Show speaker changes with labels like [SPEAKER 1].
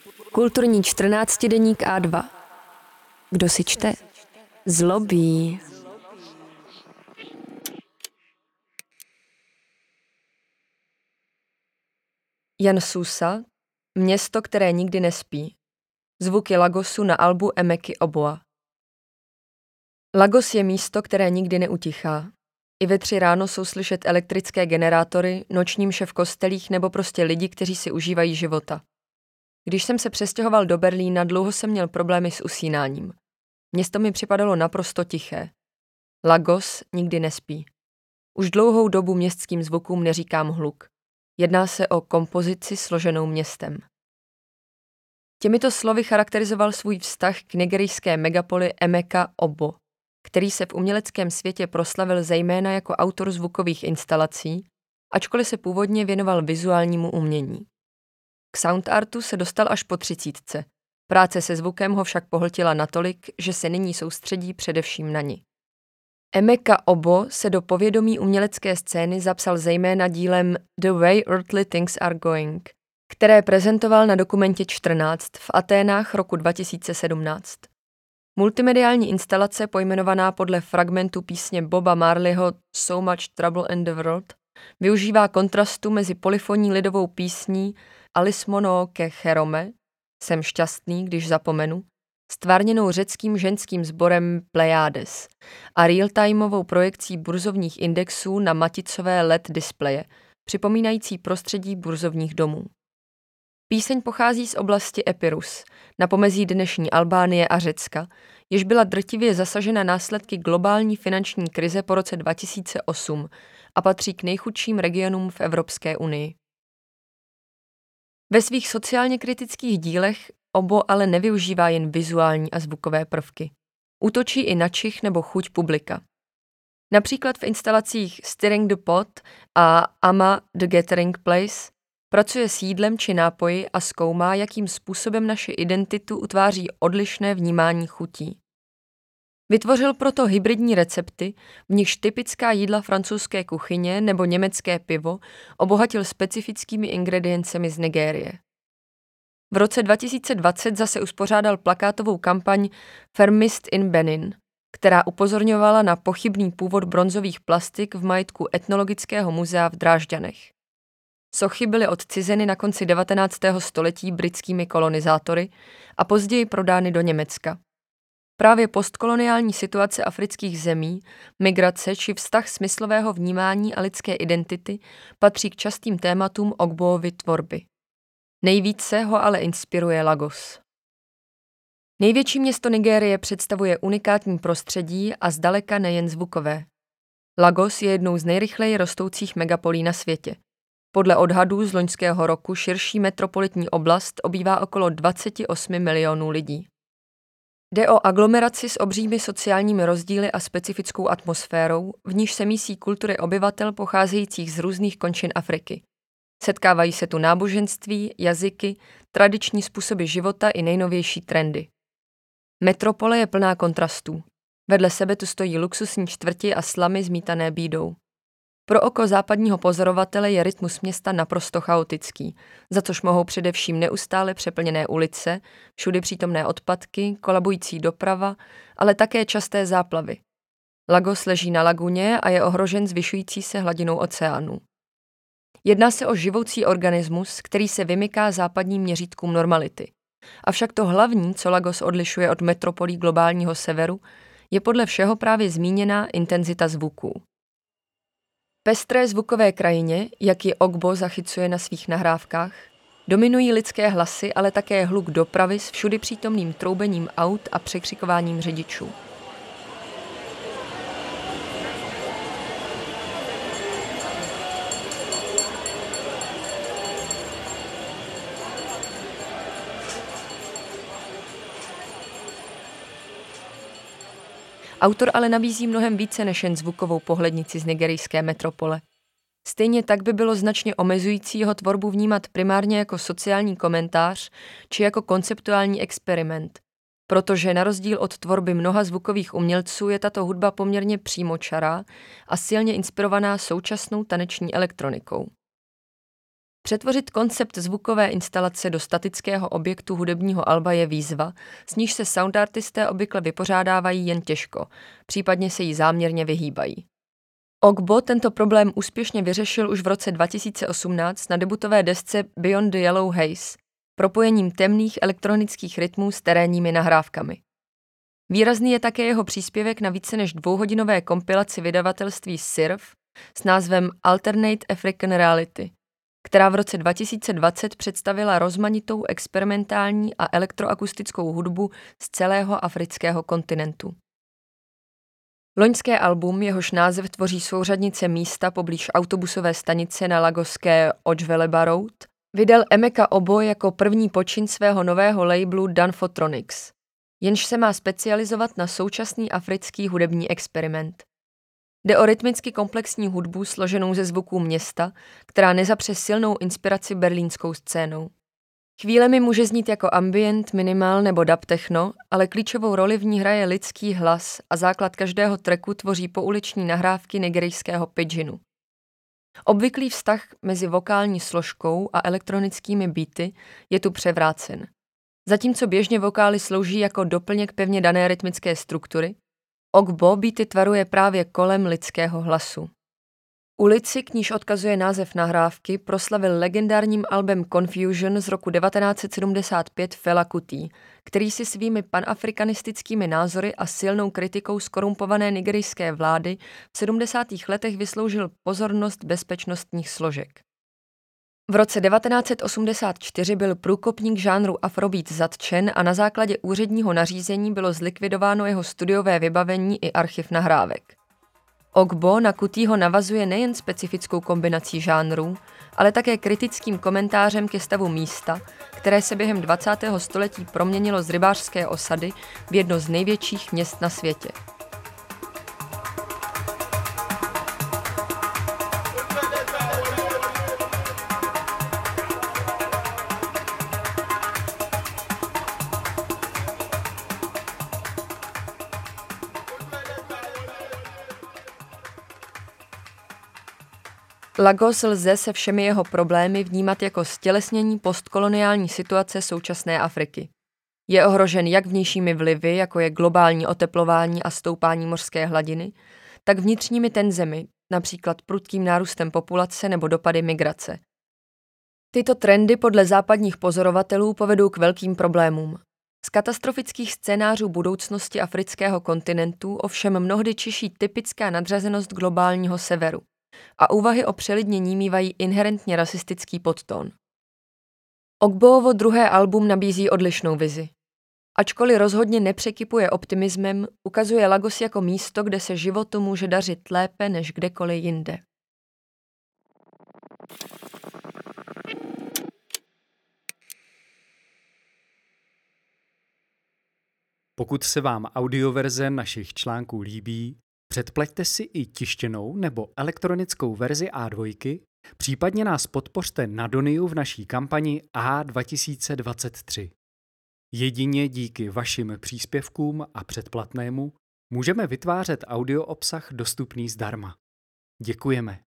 [SPEAKER 1] Kulturní 14denník A2. Kdo si čte? Zlobí. Jan Sousa, Město, které nikdy nespí. Zvuky Lagosu na albu Emeki Oboa. Lagos je místo, které nikdy neutichá. I ve 3 ráno jsou slyšet elektrické generátory, noční mše v kostelích nebo prostě lidi, kteří si užívají života. Když jsem se přestěhoval do Berlína, dlouho jsem měl problémy s usínáním. Město mi připadalo naprosto tiché. Lagos nikdy nespí. Už dlouhou dobu městským zvukům neříkám hluk. Jedná se o kompozici složenou městem. Těmito slovy charakterizoval svůj vztah k nigerijské megapoli Emeka Obo, který se v uměleckém světě proslavil zejména jako autor zvukových instalací, ačkoliv se původně věnoval vizuálnímu umění. K soundartu se dostal až po 30. Práce se zvukem ho však pohltila natolik, že se nyní soustředí především na ni. Emeka Obo se do povědomí umělecké scény zapsal zejména dílem The Way Earthly Things Are Going, které prezentoval na Dokumentě 14 v Aténách roku 2017. Multimediální instalace pojmenovaná podle fragmentu písně Boba Marleyho So Much Trouble in the World využívá kontrastu mezi polyfonní lidovou písní Alismono ke Cherome, Jsem šťastný, když zapomenu, stvárněnou řeckým ženským sborem Pleiades a real-timeovou projekcí burzovních indexů na maticové LED displeje, připomínající prostředí burzovních domů. Píseň pochází z oblasti Epirus, na pomezí dnešní Albánie a Řecka, jež byla drtivě zasažena následky globální finanční krize po roce 2008 a patří k nejchudším regionům v Evropské unii. Ve svých sociálně kritických dílech Obo ale nevyužívá jen vizuální a zvukové prvky. Útočí i na čich nebo chuť publika. Například v instalacích Stirring the Pot a Ama the Gathering Place pracuje s jídlem či nápoji a zkoumá, jakým způsobem naši identitu utváří odlišné vnímání chutí. Vytvořil proto hybridní recepty, v nichž typická jídla francouzské kuchyně nebo německé pivo obohatil specifickými ingrediencemi z Nigérie. V roce 2020 zase uspořádal plakátovou kampaň Fermist in Benin, která upozorňovala na pochybný původ bronzových plastik v majetku Etnologického muzea v Drážďanech. Sochy byly odcizeny na konci 19. století britskými kolonizátory a později prodány do Německa. Právě postkoloniální situace afrických zemí, migrace či vztah smyslového vnímání a lidské identity patří k častým tématům Ogboovy tvorby. Nejvíce ho ale inspiruje Lagos. Největší město Nigérie představuje unikátní prostředí a zdaleka nejen zvukové. Lagos je jednou z nejrychleji rostoucích megapolí na světě. Podle odhadů z loňského roku širší metropolitní oblast obývá okolo 28 milionů lidí. Jde o aglomeraci s obřími sociálními rozdíly a specifickou atmosférou, v níž se mísí kultury obyvatel pocházejících z různých končin Afriky. Setkávají se tu náboženství, jazyky, tradiční způsoby života i nejnovější trendy. Metropole je plná kontrastů. Vedle sebe tu stojí luxusní čtvrti a slamy zmítané bídou. Pro oko západního pozorovatele je rytmus města naprosto chaotický, za což mohou především neustále přeplněné ulice, všudy přítomné odpadky, kolabující doprava, ale také časté záplavy. Lagos leží na laguně a je ohrožen zvyšující se hladinou oceánů. Jedná se o živoucí organismus, který se vymyká západním měřítkům normality. Avšak to hlavní, co Lagos odlišuje od metropolí globálního severu, je podle všeho právě zmíněná intenzita zvuků. Pestré zvukové krajině, jak ji Ogbo zachycuje na svých nahrávkách, dominují lidské hlasy, ale také hluk dopravy s všudy přítomným troubením aut a překřikováním řidičů. Autor ale nabízí mnohem více než jen zvukovou pohlednici z nigerijské metropole. Stejně tak by bylo značně omezující jeho tvorbu vnímat primárně jako sociální komentář či jako konceptuální experiment, protože na rozdíl od tvorby mnoha zvukových umělců je tato hudba poměrně přímočará a silně inspirovaná současnou taneční elektronikou. Přetvořit koncept zvukové instalace do statického objektu hudebního alba je výzva, s níž se soundartisté obvykle vypořádávají jen těžko, případně se jí záměrně vyhýbají. Ogbo tento problém úspěšně vyřešil už v roce 2018 na debutové desce Beyond the Yellow Haze, propojením temných elektronických rytmů s terénními nahrávkami. Výrazný je také jeho příspěvek na více než 2hodinové kompilaci vydavatelství SIRF s názvem Alternate African Reality, která v roce 2020 představila rozmanitou experimentální a elektroakustickou hudbu z celého afrického kontinentu. Loňské album, jehož název tvoří souřadnice místa poblíž autobusové stanice na lagoské Ojveleba Road, vydal Emeka Obo jako první počin svého nového labelu Danfotronics, jenž se má specializovat na současný africký hudební experiment. Jde o rytmicky komplexní hudbu složenou ze zvuků města, která nezapře silnou inspiraci berlínskou scénou. Chvílemi může znít jako ambient, minimal nebo dub techno, ale klíčovou roli v ní hraje lidský hlas a základ každého tracku tvoří pouliční nahrávky nigerijského pidginu. Obvyklý vztah mezi vokální složkou a elektronickými beaty je tu převrácen. Zatímco běžně vokály slouží jako doplněk pevně dané rytmické struktury, Ogbo beaty tvaruje právě kolem lidského hlasu. Ulici, k níž odkazuje název nahrávky, proslavil legendárním albem Confusion z roku 1975 Fela Kuti, který si svými panafrikanistickými názory a silnou kritikou skorumpované nigerijské vlády v 70. letech vysloužil pozornost bezpečnostních složek. V roce 1984 byl průkopník žánru afrobeat zatčen a na základě úředního nařízení bylo zlikvidováno jeho studiové vybavení i archiv nahrávek. Ogbo na Kutýho navazuje nejen specifickou kombinací žánrů, ale také kritickým komentářem ke stavu místa, které se během 20. století proměnilo z rybářské osady v jedno z největších měst na světě. Lagos lze se všemi jeho problémy vnímat jako stělesnění postkoloniální situace současné Afriky. Je ohrožen jak vnějšími vlivy, jako je globální oteplování a stoupání mořské hladiny, tak vnitřními tenzemi, například prudkým nárůstem populace nebo dopady migrace. Tyto trendy podle západních pozorovatelů povedou k velkým problémům. Z katastrofických scénářů budoucnosti afrického kontinentu ovšem mnohdy čiší typická nadřazenost globálního severu a úvahy o přelidnění mívají inherentně rasistický podtón. Ogboovo druhé album nabízí odlišnou vizi. Ačkoliv rozhodně nepřekypuje optimismem, ukazuje Lagos jako místo, kde se životu může dařit lépe než kdekoliv jinde.
[SPEAKER 2] Pokud se vám audioverze našich článků líbí, předplaťte si i tištěnou nebo elektronickou verzi A2, případně nás podpořte na Doniu v naší kampani A2023. Jedině díky vašim příspěvkům a předplatnému můžeme vytvářet audio obsah dostupný zdarma. Děkujeme.